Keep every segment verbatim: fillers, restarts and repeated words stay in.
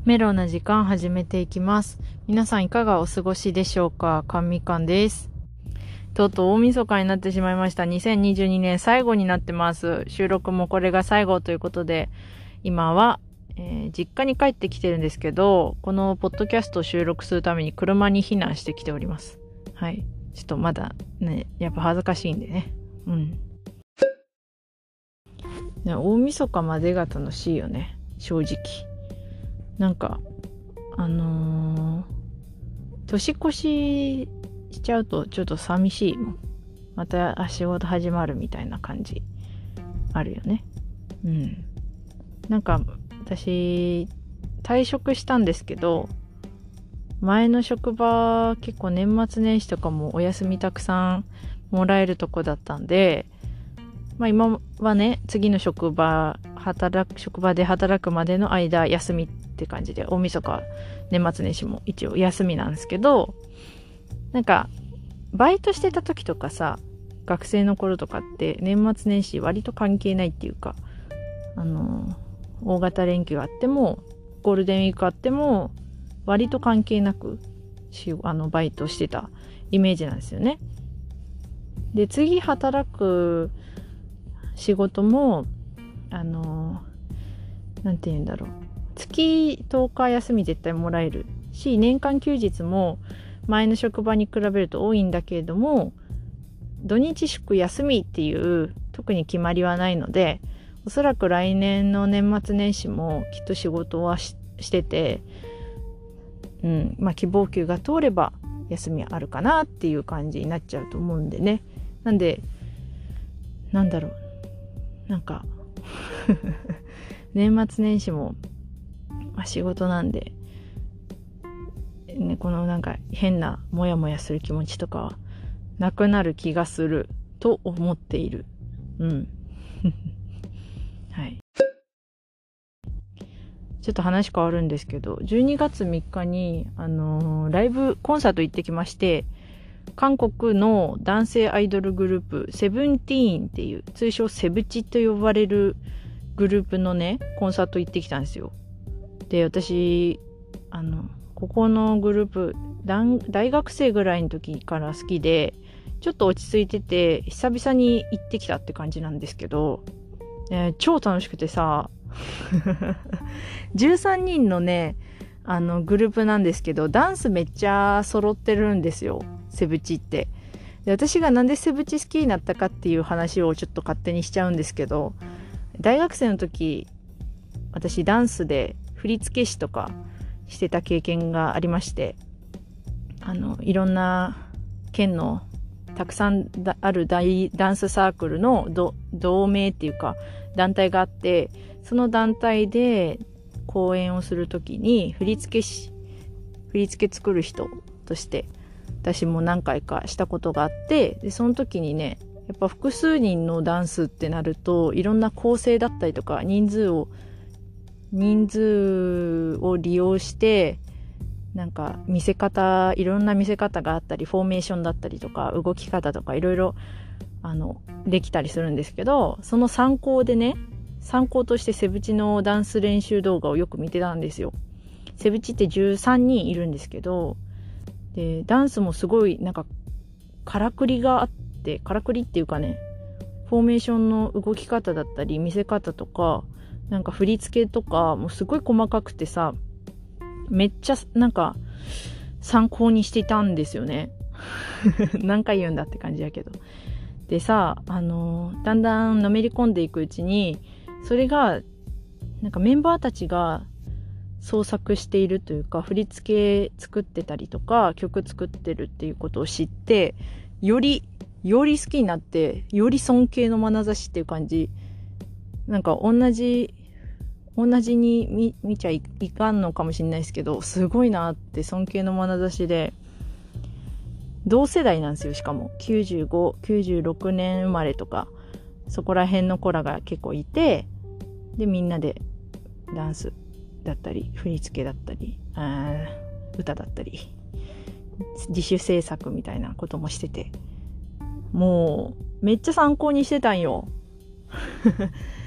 メロな時間始めていきます。皆さんいかがお過ごしでしょうか。かんみかんです。とうとう大晦日になってしまいました。にせんにじゅうにねん最後になってます。収録もこれが最後ということで、今は、えー、実家に帰ってきてるんですけど、このポッドキャストを収録するために車に避難してきております。はい。ちょっとまだね、やっぱ恥ずかしいんでね。うん。ね、大晦日までが楽しいよね。正直。なんか、あのー、年越ししちゃうとちょっと寂しいもん。また仕事始まるみたいな感じあるよね。うん。なんか私退職したんですけど、前の職場結構年末年始とかもお休みたくさんもらえるとこだったんで、まあ今はね、次の職場働く職場で働くまでの間休みって感じで、大晦日年末年始も一応休みなんですけど、なんかバイトしてた時とかさ、学生の頃とかって年末年始割と関係ないっていうか、あの大型連休あってもゴールデンウィークあっても割と関係なくしあのバイトしてたイメージなんですよね。で、次働く仕事もあのなんて言うんだろう、月とおか休み絶対もらえるし、年間休日も前の職場に比べると多いんだけれども、土日祝休みっていう特に決まりはないので、おそらく来年の年末年始もきっと仕事は し, してて、うん、まあ希望給が通れば休みあるかなっていう感じになっちゃうと思うんでね。なんでなんだろうなんか年末年始も、まあ、仕事なんで、ね、このなんか変なモヤモヤする気持ちとかはなくなる気がすると思っている。うんはい。ちょっと話変わるんですけど、じゅうにがつみっかにあのー、ライブコンサート行ってきまして、韓国の男性アイドルグループセブンティーンっていう、通称セブチと呼ばれるグループのねコンサート行ってきたんですよ。で、私あのここのグループ大学生ぐらいの時から好きで、ちょっと落ち着いてて久々に行ってきたって感じなんですけど、えー、超楽しくてさじゅうさんにんのねあのグループなんですけど、ダンスめっちゃ揃ってるんですよ、セブチって。で、私がなんでセブチ好きになったかっていう話をちょっと勝手にしちゃうんですけど、大学生の時私ダンスで振付師とかしてた経験がありまして、あのいろんな県のたくさんある大ダンスサークルの同盟っていうか団体があって、その団体で公演をするときに振付師振付作る人として私も何回かしたことがあって、でその時にね、やっぱ複数人のダンスってなるといろんな構成だったりとか人数を人数を利用してなんか見せ方、いろんな見せ方があったり、フォーメーションだったりとか動き方とかいろいろあのできたりするんですけど、その参考でね参考としてセブチのダンス練習動画をよく見てたんですよ。セブチってじゅうさんにんいるんですけど、でダンスもすごいなんかからくりがあって、からくりっていうかね、フォーメーションの動き方だったり見せ方とかなんか振り付けとかもすごい細かくてさ、めっちゃなんか参考にしてたんですよね何回言うんだって感じだけど。でさ、あのー、だんだんのめり込んでいくうちに、それがなんかメンバーたちが創作しているというか振り付け作ってたりとか曲作ってるっていうことを知って、よりより好きになって、より尊敬の眼差しっていう感じ。なんか同じ同じに 見, 見ちゃ い, いかんのかもしれないですけど、すごいなって尊敬の眼差しで、同世代なんですよ。しかもきゅうじゅうご、きゅうじゅうろくねん生まれとかそこら辺の子らが結構いて、でみんなでダンスだったり振り付けだったりあ歌だったり自主制作みたいなこともしてて、もうめっちゃ参考にしてたんよ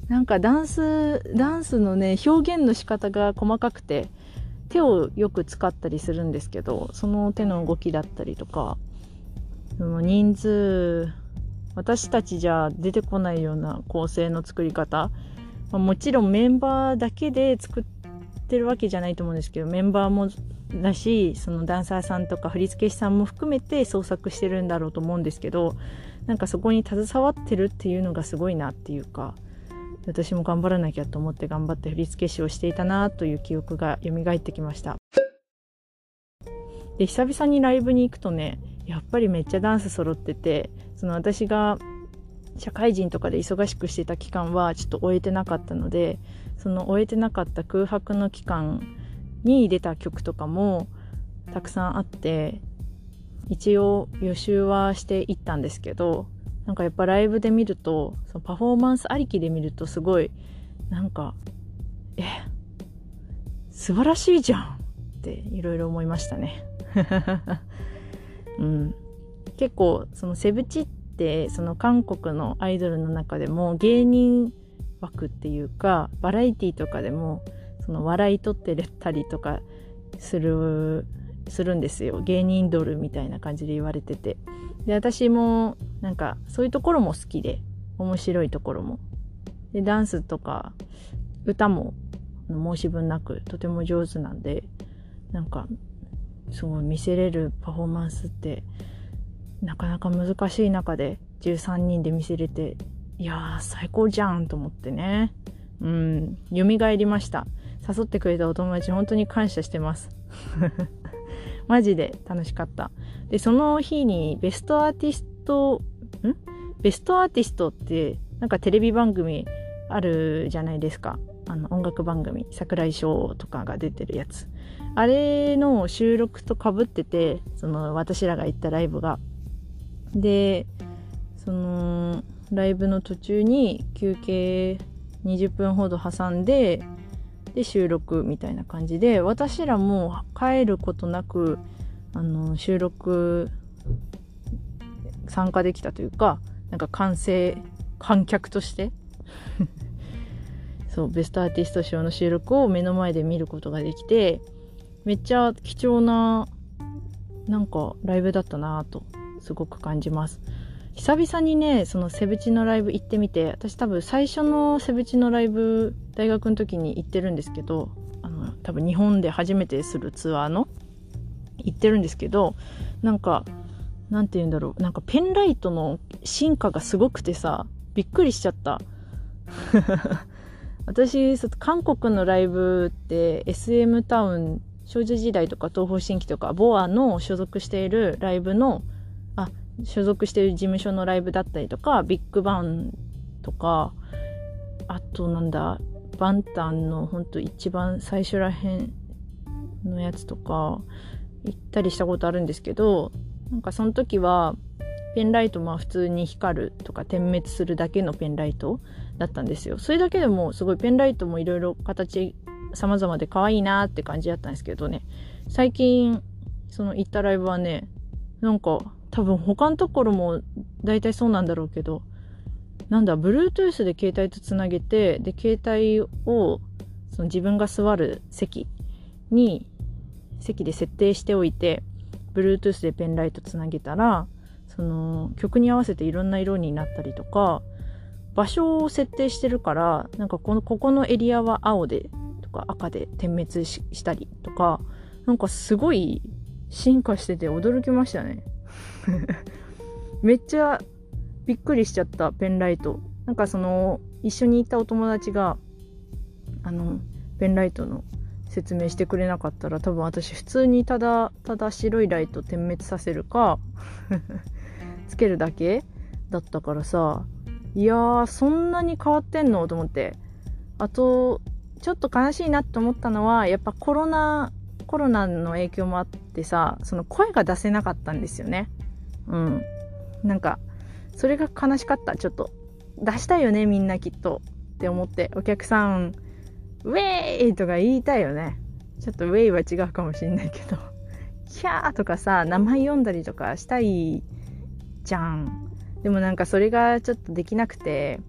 なんかダンスダンスのね表現の仕方が細かくて、手をよく使ったりするんですけど、その手の動きだったりとか、その人数、私たちじゃ出てこないような構成の作り方、まあ、もちろんメンバーだけで作ってるわけじゃないと思うんですけど、メンバーもだし、そのダンサーさんとか振付師さんも含めて創作してるんだろうと思うんですけど、なんかそこに携わってるっていうのがすごいなっていうか、私も頑張らなきゃと思って頑張って振付師をしていたなという記憶が蘇ってきました。で、久々にライブに行くとね、やっぱりめっちゃダンス揃ってて、その私が社会人とかで忙しくしてた期間はちょっと終えてなかったので、その終えてなかった空白の期間に出た曲とかもたくさんあって、一応予習はしていったんですけど、なんかやっぱライブで見ると、そのパフォーマンスありきで見るとすごいなんかえ素晴らしいじゃんっていろいろ思いましたね。うん、結構そのセブチってその韓国のアイドルの中でも芸人枠っていうか、バラエティとかでもその笑い取ってたりとかするするんですよ。芸人ドルみたいな感じで言われてて、で私もなんかそういうところも好きで、面白いところもで、ダンスとか歌も申し分なくとても上手なんで、なんかすごい見せれるパフォーマンスってなかなか難しい中でじゅうさんにんで見せれて、いやー最高じゃんと思ってね、うん蘇りました。誘ってくれたお友達本当に感謝してますマジで楽しかった。で、その日にベストアーティストんベストアーティストってなんかテレビ番組あるじゃないですか。あの音楽番組、櫻井翔とかが出てるやつ、あれの収録と被ってて、その私らが行ったライブが、でそのライブの途中に休憩にじゅっぷんほど挟んで、で収録みたいな感じで、私らも帰ることなくあの収録参加できたというか、なんか完成観客としてそうベストアーティスト賞の収録を目の前で見ることができて、めっちゃ貴重ななんかライブだったなとすごく感じます。久々にね、そのセブチのライブ行ってみて、私多分最初のセブチのライブ大学の時に行ってるんですけど、あの多分日本で初めてするツアーの行ってるんですけど、なんかなんて言うんだろう、なんかペンライトの進化がすごくてさ、びっくりしちゃった私韓国のライブって エスエム タウン、少女時代とか東方神起とかボアの所属しているライブのあ所属している事務所のライブだったりとか、ビッグバンとか、あとなんだバンタンのほんと一番最初らへんのやつとか行ったりしたことあるんですけど、なんかその時はペンライトも普通に光るとか点滅するだけのペンライトだったんですよ。それだけでもすごいペンライトもいろいろ形様々で可愛いなって感じだったんですけどね、最近その行ったライブはね、なんか多分他のところも大体そうなんだろうけど、なんだ Bluetooth で携帯とつなげて、で携帯をその自分が座る席に席で設定しておいて、 Bluetooth でペンライトつなげたら、その曲に合わせていろんな色になったりとか、場所を設定してるから、なんかこのここのエリアは青でとか赤で点滅 し, したりとか、なんかすごい進化してて驚きましたねめっちゃびっくりしちゃった。ペンライト、なんかその一緒に行ったお友達があのペンライトの説明してくれなかったら、多分私普通にただただ白いライト点滅させるかつけるだけだったからさ、いやーそんなに変わってんのと思って。あとちょっと悲しいなと思ったのは、やっぱコロナコロナの影響もあってさ、その声が出せなかったんですよね。うんなんかそれが悲しかった。ちょっと出したいよねみんなきっとって思って、お客さんウェーイとか言いたいよね。ちょっとウェイは違うかもしれないけどキャーとかさ、名前読んだりとかしたいじゃん。でもなんかそれがちょっとできなくて、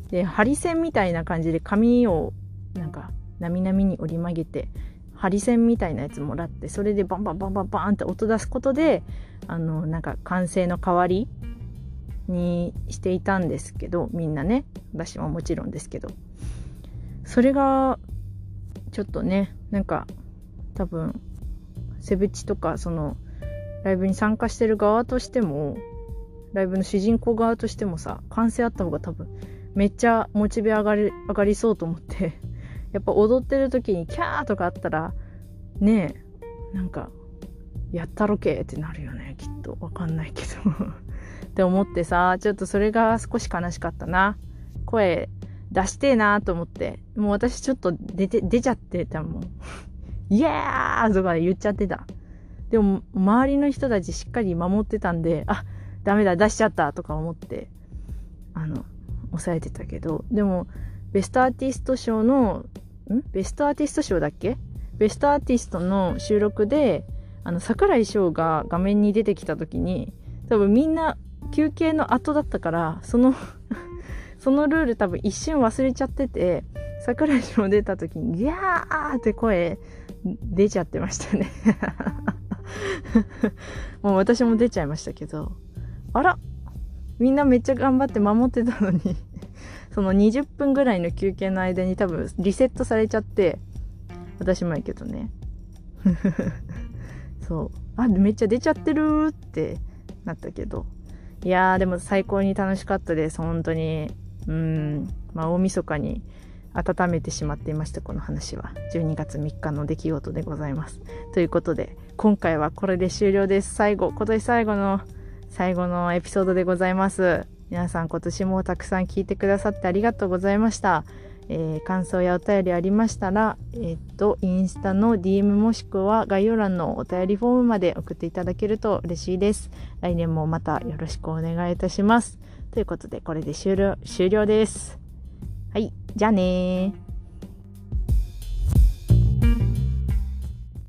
でハリセンみたいな感じで髪をなんかなみなみに折り曲げてハリセンみたいなやつもらって、それでバンバンバンバンバンって音出すことであのなんか歓声の代わりにしていたんですけど、みんなね、私ももちろんですけど、それがちょっとね、なんか多分セブチとかそのライブに参加してる側としても、ライブの主人公側としてもさ、歓声あった方が多分めっちゃモチベ上がり上がりそうと思ってやっぱ踊ってる時にキャーとかあったらねえ、なんかやったろけってなるよね、きっと。わかんないけどって思ってさ、ちょっとそれが少し悲しかったな。声出してえなと思って、もう私ちょっと出て出ちゃってたもんイエーとか言っちゃってた。でも周りの人たちしっかり守ってたんで、あ、ダメだ出しちゃったとか思ってあの抑えてたけど、でもベストアーティスト賞のんベストアーティスト賞だっけベストアーティストの収録であの櫻井翔が画面に出てきた時に、多分みんな休憩の後だったからそのそのルール多分一瞬忘れちゃってて、櫻井翔出た時にギャーって声出ちゃってましたねもう私も出ちゃいましたけど、あらみんなめっちゃ頑張って守ってたのにそのにじゅっぷんぐらいの休憩の間に多分リセットされちゃって、私もやけどねそう、あめっちゃ出ちゃってるってなったけど、いやーでも最高に楽しかったです。本当にうーんまあ大晦日に温めてしまっていました。この話はじゅうにがつみっかの出来事でございます。ということで今回はこれで終了です。最後、今年最後の最後のエピソードでございます。皆さん今年もたくさん聞いてくださってありがとうございました。えー、感想やお便りありましたら、えー、っとインスタの ディーエム もしくは概要欄のお便りフォームまで送っていただけると嬉しいです。来年もまたよろしくお願いいたします。ということでこれで終了終了です。はい、じゃあねー。